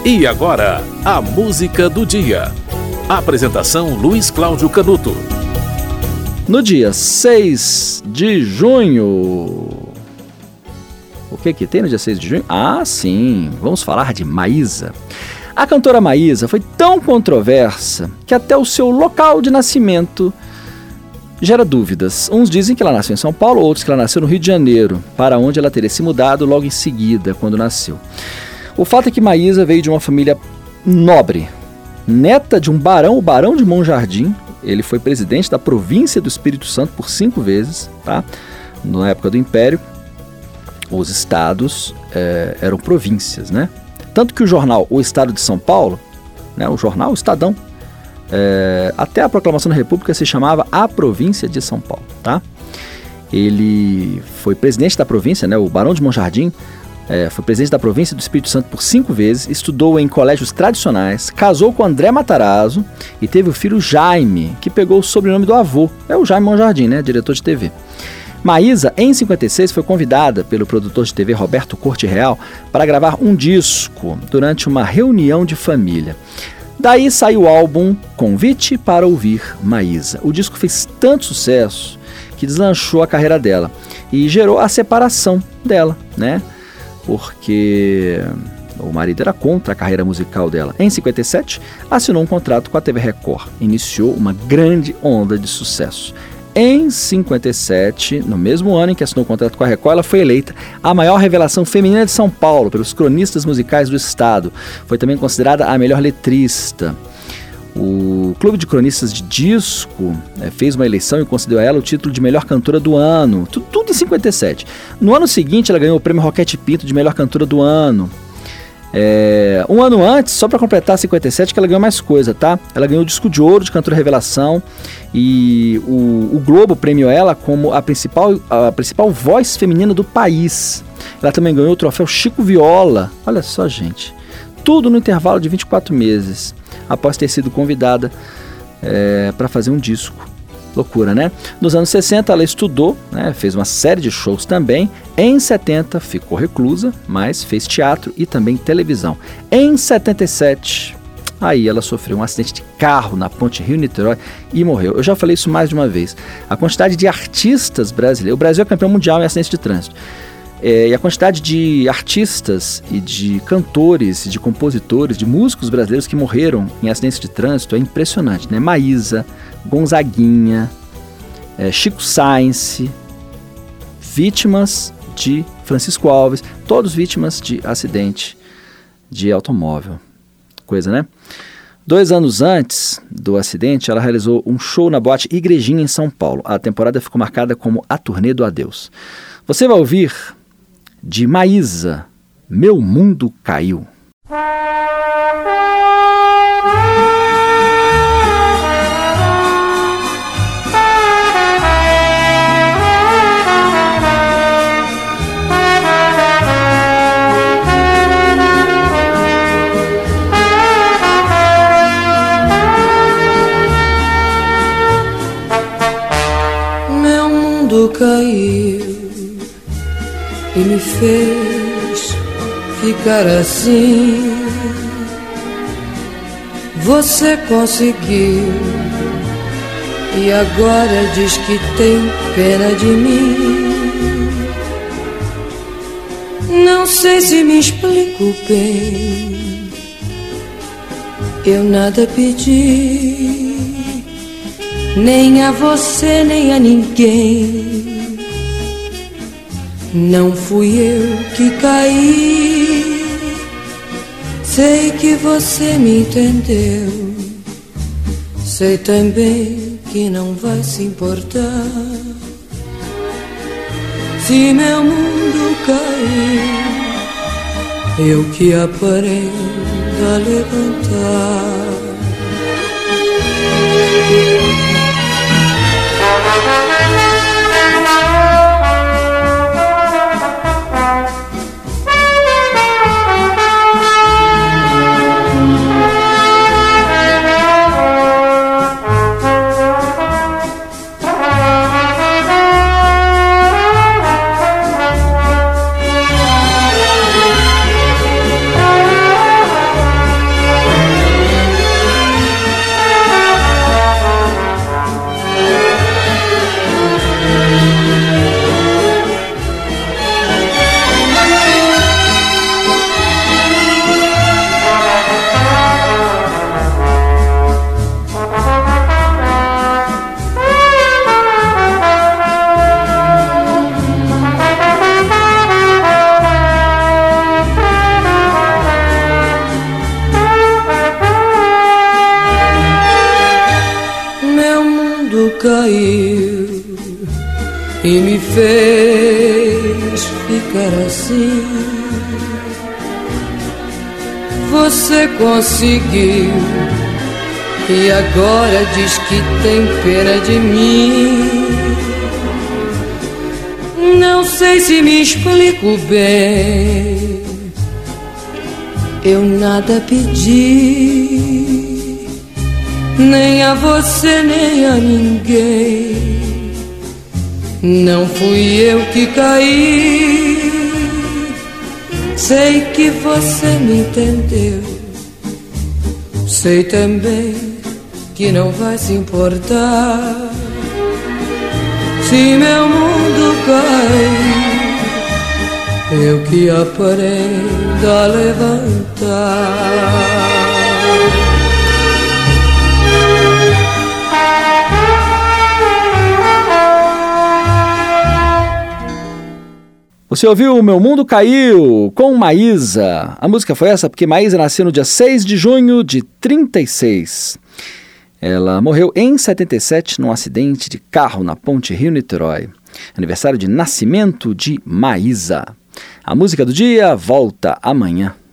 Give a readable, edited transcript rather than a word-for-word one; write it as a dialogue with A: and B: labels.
A: E agora, a música do dia. Apresentação Luiz Cláudio Canuto.
B: No dia 6 de junho... O que tem no dia 6 de junho? Ah, sim, vamos falar de Maísa. A cantora Maísa foi tão controversa que até o seu local de nascimento gera dúvidas. Uns dizem que ela nasceu em São Paulo, outros que ela nasceu no Rio de Janeiro, para onde ela teria se mudado logo em seguida, quando nasceu. O fato é que Maísa veio de uma família nobre, neta de um barão, o Barão de Monjardim. Ele foi presidente da província do Espírito Santo por 5 vezes, tá? Na época do Império, os estados eram províncias, né? Tanto que o jornal O Estado de São Paulo, né, o jornal O Estadão, até a proclamação da República se chamava A Província de São Paulo, tá? Ele foi presidente da província, né, o Barão de Monjardim, foi presidente da província do Espírito Santo por 5 vezes, estudou em colégios tradicionais, casou com André Matarazzo e teve o filho Jaime, que pegou o sobrenome do avô, é o Jaime Monjardim, né, diretor de TV. Maísa, em 56, foi convidada pelo produtor de TV Roberto Corte Real para gravar um disco durante uma reunião de família. Daí saiu o álbum Convite para Ouvir Maísa. O disco fez tanto sucesso que deslanchou a carreira dela e gerou a separação dela, né? Porque o marido era contra a carreira musical dela. Em 57, assinou um contrato com a TV Record. Iniciou uma grande onda de sucesso. Em 57, no mesmo ano em que assinou o contrato com a Record, ela foi eleita a maior revelação feminina de São Paulo pelos cronistas musicais do estado. Foi também considerada a melhor letrista. O Clube de Cronistas de Disco fez uma eleição e concedeu a ela o título de melhor cantora do ano. Tudo em 57. No ano seguinte, ela ganhou o prêmio Roquete Pinto de melhor cantora do ano. Um ano antes, só para completar 57, que ela ganhou mais coisa, tá? Ela ganhou o disco de ouro de cantora revelação e o Globo premiou ela como a principal voz feminina do país. Ela também ganhou o troféu Chico Viola. Olha só, gente. Tudo no intervalo de 24 meses, após ter sido convidada para fazer um disco. Loucura, né? Nos anos 60 ela estudou, né, fez uma série de shows também. Em 70 ficou reclusa, mas fez teatro e também televisão. Em 77, aí ela sofreu um acidente de carro na ponte Rio-Niterói e morreu. Eu já falei isso mais de uma vez. A quantidade de artistas brasileiros... O Brasil é campeão mundial em acidentes de trânsito. E a quantidade de artistas e de cantores, de compositores, de músicos brasileiros que morreram em acidentes de trânsito é impressionante, né? Maísa, Gonzaguinha, Chico Science, vítimas de Francisco Alves, todos vítimas de acidente de automóvel. Coisa, né? 2 anos antes do acidente, ela realizou um show na boate Igrejinha, em São Paulo. A temporada ficou marcada como a turnê do adeus. Você vai ouvir de Maísa, Meu Mundo Caiu.
C: Meu mundo caiu e me fez ficar assim. Você conseguiu e agora diz que tem pena de mim. Não sei se me explico bem. Eu nada pedi, nem a você nem a ninguém. Não fui eu que caí. Sei que você me entendeu. Sei também que não vai se importar se meu mundo cair, eu que aprendo a levantar. e me fez ficar assim. Você conseguiu e agora diz que tem pena de mim. Não sei se me explico bem. Eu nada pedi, nem a você nem a ninguém. Não fui eu que caí. Sei que você me entendeu. Sei também que não vai se importar se meu mundo cai. Eu que aprendo a levantar.
B: Você ouviu O Meu Mundo Caiu, com Maísa. A música foi essa porque Maísa nasceu no dia 6 de junho de 36. Ela morreu em 77 num acidente de carro na ponte Rio-Niterói. Aniversário de nascimento de Maísa. A música do dia volta amanhã.